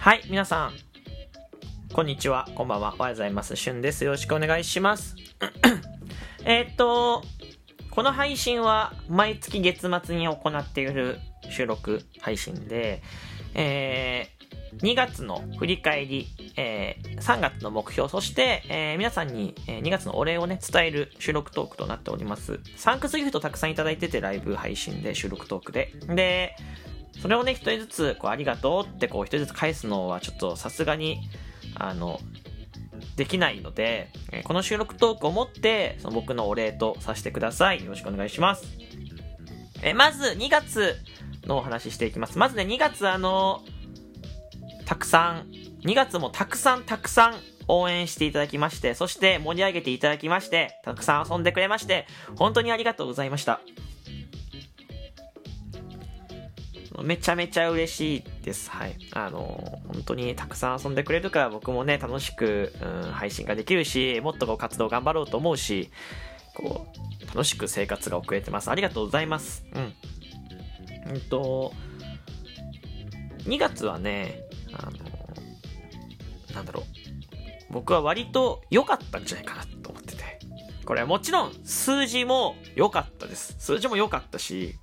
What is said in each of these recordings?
はい、皆さん、こんにちは、こんばんは、おはようございます。しゅんです。よろしくお願いします。この配信は毎月月末に行っている収録配信で、2月の振り返り、3月の目標、そして、皆さんに、2月のお礼をね、伝える収録トークとなっております。サンクスギフトたくさんいただいてて、ライブ配信で収録トークで。で、それをね、一人ずつ、ありがとうって一人ずつ返すのはちょっとさすがに、できないので、この収録トークをもって、その僕のお礼とさせてください。よろしくお願いします。まず、2月のお話ししていきます。まずね、2月2月もたくさん応援していただきまして、そして盛り上げていただきまして、たくさん遊んでくれまして、本当にありがとうございました。めちゃめちゃ嬉しいです。はい。本当にたくさん遊んでくれるから僕もね、楽しく、配信ができるし、もっと活動頑張ろうと思うし、楽しく生活が送れてます。ありがとうございます。2月はね、僕は割と良かったんじゃないかなと思ってて。これはもちろん数字も良かったです。数字も良かったし、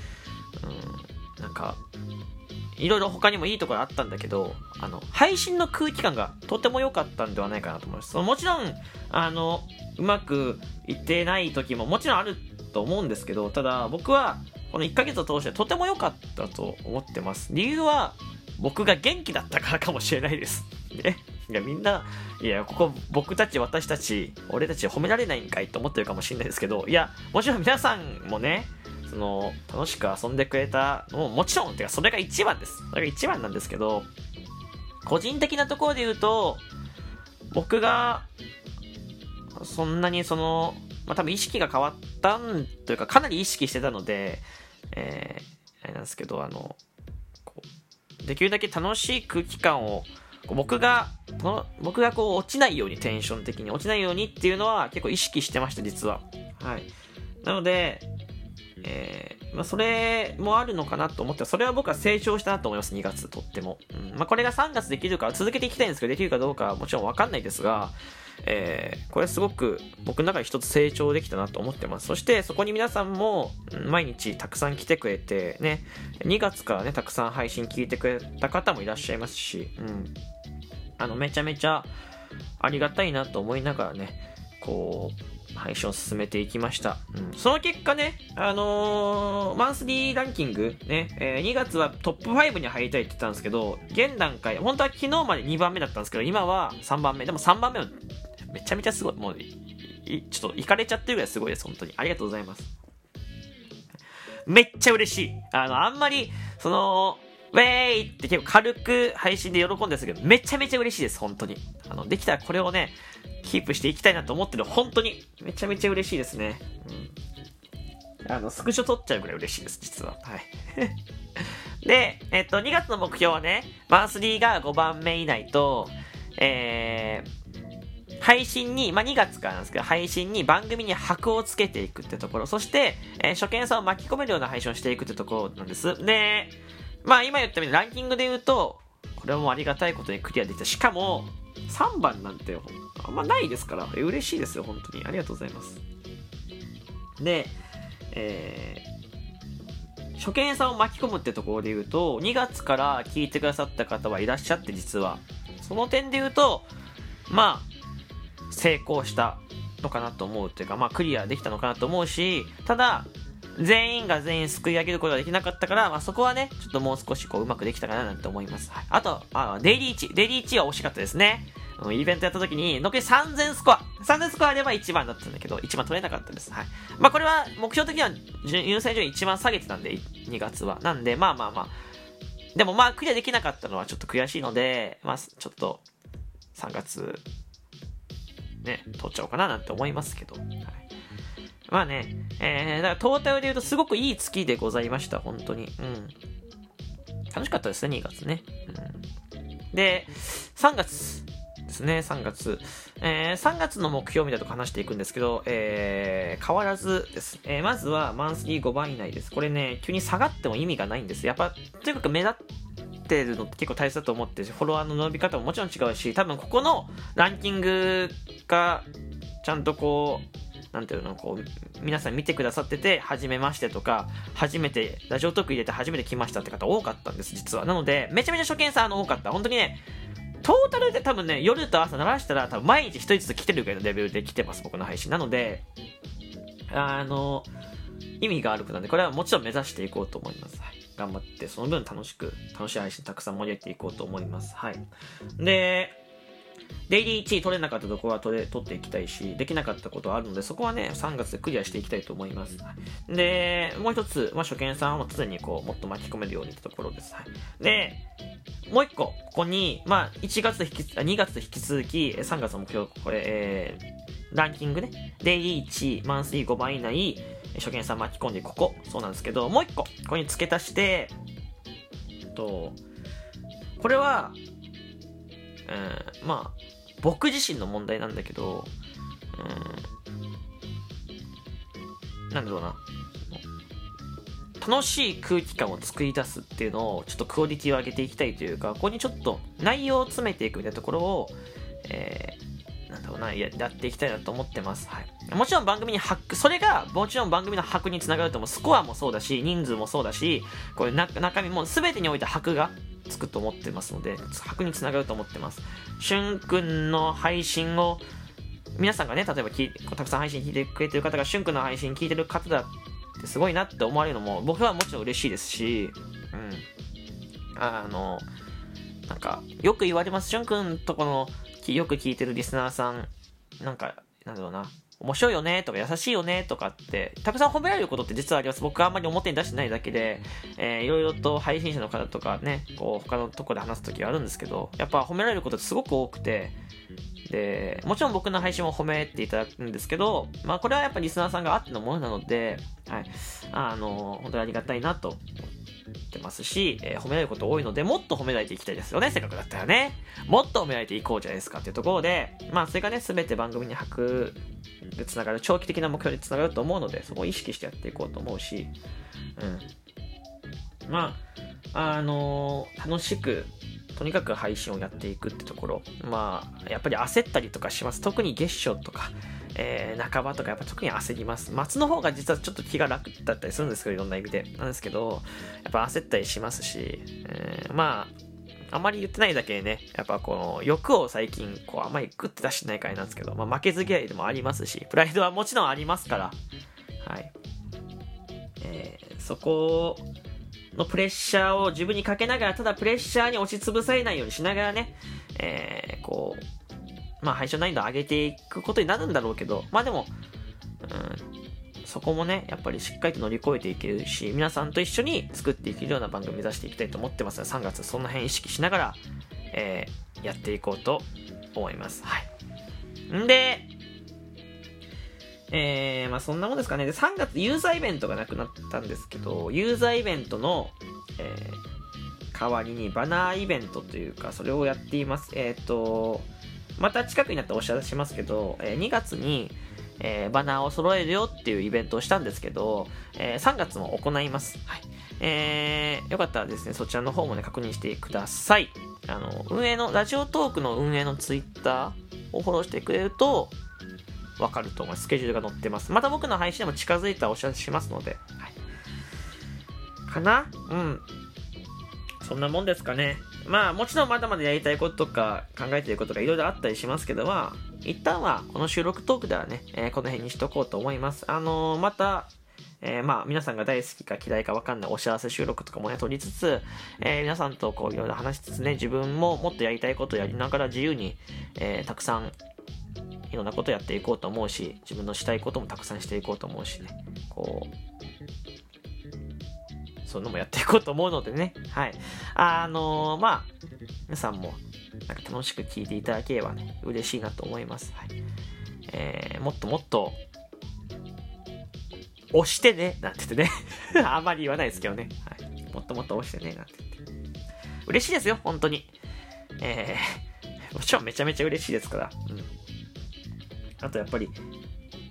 いろいろ他にもいいところあったんだけど、配信の空気感がとても良かったんではないかなと思います。もちろん、うまくいってない時ももちろんあると思うんですけど、ただ僕はこの1ヶ月を通してとても良かったと思ってます。理由は僕が元気だったからかもしれないです。ね。いやみんな、私たち、俺たち褒められないんかいと思ってるかもしれないですけど、いや、もちろん皆さんもね、楽しく遊んでくれたのももちろん、それが一番です。それが一番なんですけど、個人的なところで言うと、僕が、そんなに多分意識が変わったというか、かなり意識してたので、あれなんですけど、できるだけ楽しい空気感を、僕が落ちないように、テンション的に落ちないようにっていうのは結構意識してました、実は。はい。なので、それもあるのかなと思って、それは僕は成長したなと思います、2月とっても。これが3月できるか続けていきたいんですけど、できるかどうかはもちろんわかんないですが、これすごく僕の中で一つ成長できたなと思ってます。そしてそこに皆さんも毎日たくさん来てくれてね、2月からね、たくさん配信聞いてくれた方もいらっしゃいますし、めちゃめちゃありがたいなと思いながらね、配信を進めていきました。その結果ね、マンスリーランキングね、2月はトップ5に入りたいって言ったんですけど、現段階、本当は昨日まで2番目だったんですけど、今は3番目。でも3番目はめちゃめちゃすごい。もう、ちょっとイカれちゃってるぐらいすごいです、本当に。ありがとうございます。めっちゃ嬉しい。あんまり、ウェーイって結構軽く配信で喜んでるんですけど、めちゃめちゃ嬉しいです、本当に。できたらこれをね、キープしていきたいなと思ってる。本当にめちゃめちゃ嬉しいですね。スクショ撮っちゃうぐらい嬉しいです、実は。はい。で、2月の目標はね、マンスリーが5番目以内と、配信に、2月からなんですけど、配信に番組に箔をつけていくってところ、そして、初見さんを巻き込めるような配信をしていくってところなんです。で、今言ったようにランキングで言うと、これもありがたいことにクリアできた。しかも、3番なんてあんまないですから、嬉しいですよ、本当に。ありがとうございます。で、初見さんを巻き込むってところで言うと、2月から聞いてくださった方はいらっしゃって、実は。その点で言うと、成功したのかなと思うというか、クリアできたのかなと思うし、ただ、全員が全員救い上げることができなかったから、そこはね、ちょっともう少しうまくできたかななんて思います。はい、あと、デイリー1は惜しかったですね。イベントやった時に、残り3000スコアあれば1番だったんだけど、1番取れなかったです。はい。これは、目標的には、優先順位1番下げてたんで、2月は。なんで、でもクリアできなかったのはちょっと悔しいので、ちょっと、3月、ね、取っちゃおうかななんて思いますけど。はい。だからトータルで言うとすごくいい月でございました、本当に。楽しかったですね、2月ね。で、3月ですね、3月。3月の目標みたいなとこ話していくんですけど、変わらずです。まずはマンスリー5番以内です。これね、急に下がっても意味がないんです。やっぱ、とにかく目立ってるのって結構大切だと思ってるし、フォロワーの伸び方ももちろん違うし、多分ここのランキングがちゃんとこうなんていうの、こう皆さん見てくださってて、初めましてとか、初めてラジオトーク入れて初めて来ましたって方多かったんです、実は。なのでめちゃめちゃ初見さん多かった。本当にね、トータルで多分ね、夜と朝鳴らしたら多分毎日一人ずつ来てるぐらいのレベルで来てます、僕の配信。なので意味があることなんで、これはもちろん目指していこうと思います。はい、頑張ってその分楽しい配信たくさん盛り上げていこうと思います。はい。で、デイリー1位取れなかったところは取っていきたいし、できなかったことはあるので、そこはね3月でクリアしていきたいと思います。で、もう一つ、初見さんを常にこうもっと巻き込めるようにってところです。はい。で、もう一個ここに、2月と引き続き3月の目標、これ、ランキングね、デイリー1位、マンスリー5番以内、初見さん巻き込んでそうなんですけど、もう一個ここに付け足して、これは僕自身の問題なんだけど、なんだろうな、楽しい空気感を作り出すっていうのをちょっとクオリティを上げていきたいというか、ここにちょっと内容を詰めていくみたいなところを、やっていきたいなと思ってます。はい。もちろん番組にそれがもちろん番組の箔につながると思う。スコアもそうだし、人数もそうだし、こういう中身も全てにおいて箔がつくと思ってますので、箔につながると思ってます。しゅんくんの配信を皆さんがね、例えばたくさん配信聞いてくれてる方がしゅんくんの配信聞いてる方だってすごいなって思われるのも僕はもちろん嬉しいですし、なんかよく言われます。しゅんくんとこのよく聞いてるリスナーさん、なんだろうな、面白いよねとか優しいよねとかってたくさん褒められることって実はあります。僕はあんまり表に出してないだけで、いろいろと配信者の方とかね、こう他のところで話すときはあるんですけど、やっぱ褒められることってすごく多くて、でもちろん僕の配信も褒めていただくんですけど、これはやっぱりリスナーさんがあってのものなので、はい、本当にありがたいなと思ってますし、褒められること多いので、もっと褒められていきたいですよね。せっかくだったらね、もっと褒められていこうじゃないですかっていうところで、それがね、全て番組に箔でつながる、長期的な目標につながると思うので、そこを意識してやっていこうと思うし、楽しくとにかく配信をやっていくってところ、やっぱり焦ったりとかします。特に月初とか、半ばとかやっぱ特に焦ります。末の方が実はちょっと気が楽だったりするんですけど、いろんな意味でなんですけど、やっぱ焦ったりしますし、あんまり言ってないだけでね、やっぱこの欲を最近こうあんまりグッて出してないからなんですけど、負けず嫌いでもありますし、プライドはもちろんありますから、はい、そこのプレッシャーを自分にかけながら、ただプレッシャーに押しつぶされないようにしながらね、配信難易度を上げていくことになるんだろうけど、でも、そこもね、やっぱりしっかりと乗り越えていけるし、皆さんと一緒に作っていけるような番組を目指していきたいと思ってますので、3月その辺意識しながら、やっていこうと思います。はい。んで、そんなもんですかね。で、3月ユーザーイベントがなくなったんですけど、ユーザーイベントの、代わりにバナーイベントというか、それをやっています。また近くになってお知らせしますけど、2月に、バナーを揃えるよっていうイベントをしたんですけど、3月も行います。はい。よかったらですね、そちらの方もね、確認してください。運営の、ラジオトークの運営のツイッターをフォローしてくれると、わかると思います。スケジュールが載ってます。また僕の配信でも近づいたらお知らせしますので。はい。かな？そんなもんですかね。もちろんまだまだやりたいこととか考えていることがいろいろあったりしますけど、一旦はこの収録トークではね、この辺にしとこうと思います。また、皆さんが大好きか嫌いか分かんないお知らせ収録とかもね、撮りつつ、皆さんとこういろいろ話しつつね、自分ももっとやりたいことをやりながら自由に、たくさんいろんなことやっていこうと思うし、自分のしたいこともたくさんしていこうと思うしね、そういうのもやっていこうと思うのでね、はい。皆さんもなんか楽しく聞いていただければね、嬉しいなと思います。はい。もっともっと押してねなんて言ってねあんまり言わないですけどね、はい。もっともっと押してねなんて言って嬉しいですよ、本当に。もちろんめちゃめちゃ嬉しいですから。あとやっぱり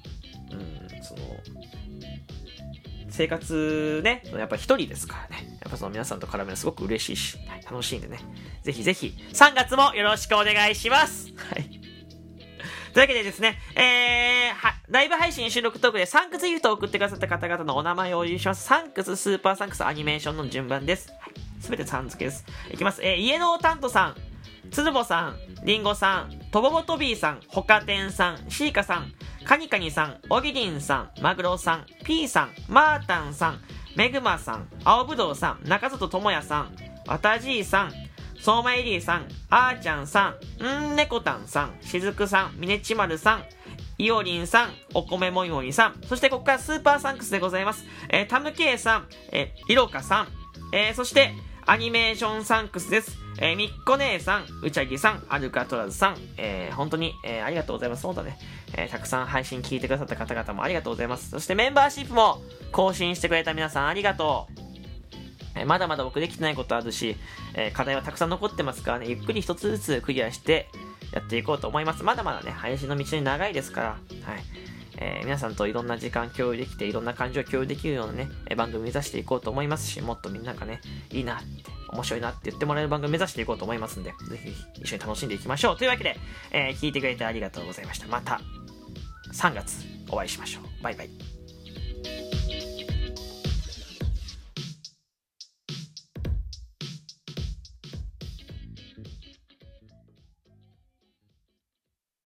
生活ね、やっぱ一人ですからね。やっぱぱその皆さんと絡めるのすごく嬉しいし、はい、楽しいんでね。ぜひぜひ、3月もよろしくお願いします。はい。というわけでですね、ライブ配信収録トークでサンクスギフトを送ってくださった方々のお名前をお呼びします。サンクス、スーパーサンクス、アニメーションの順番です。はい。すべてさん付けです。いきます。家のタントさん、つるぼさん、りんごさん、とぼぼとびーさん、ほかてんさん、しーかさん、かにかにさん、おぎりんさん、まぐろさん、ぴーさん、まーたんさん、めぐまさん、青ぶどうさん、中里ともやさん、わたじいさん、そうまいりーさん、あーちゃんさん、ねこたんさん、しずくさん、みねちまるさん、いおりんさん、お米もよりさん、そしてここからスーパーサンクスでございます。たむけいさん、いろかさん、そして、アニメーションサンクスです。みっこ姉さん、うちゃぎさん、アルカトラズさん、本当に、ありがとうございます。そうだね。たくさん配信聞いてくださった方々もありがとうございます。そしてメンバーシップも更新してくれた皆さんありがとう。まだまだ僕できてないことあるし、課題はたくさん残ってますからね、ゆっくり一つずつクリアしてやっていこうと思います。まだまだね、配信の道に長いですから、はい。皆さんといろんな時間共有できて、いろんな感情を共有できるようなね、番組を目指していこうと思いますし、もっとみんながね、いいなって、面白いなって言ってもらえる番組を目指していこうと思いますんで、ぜひ一緒に楽しんでいきましょう。というわけで、聞いてくれてありがとうございました。また3月お会いしましょう。バイバイ。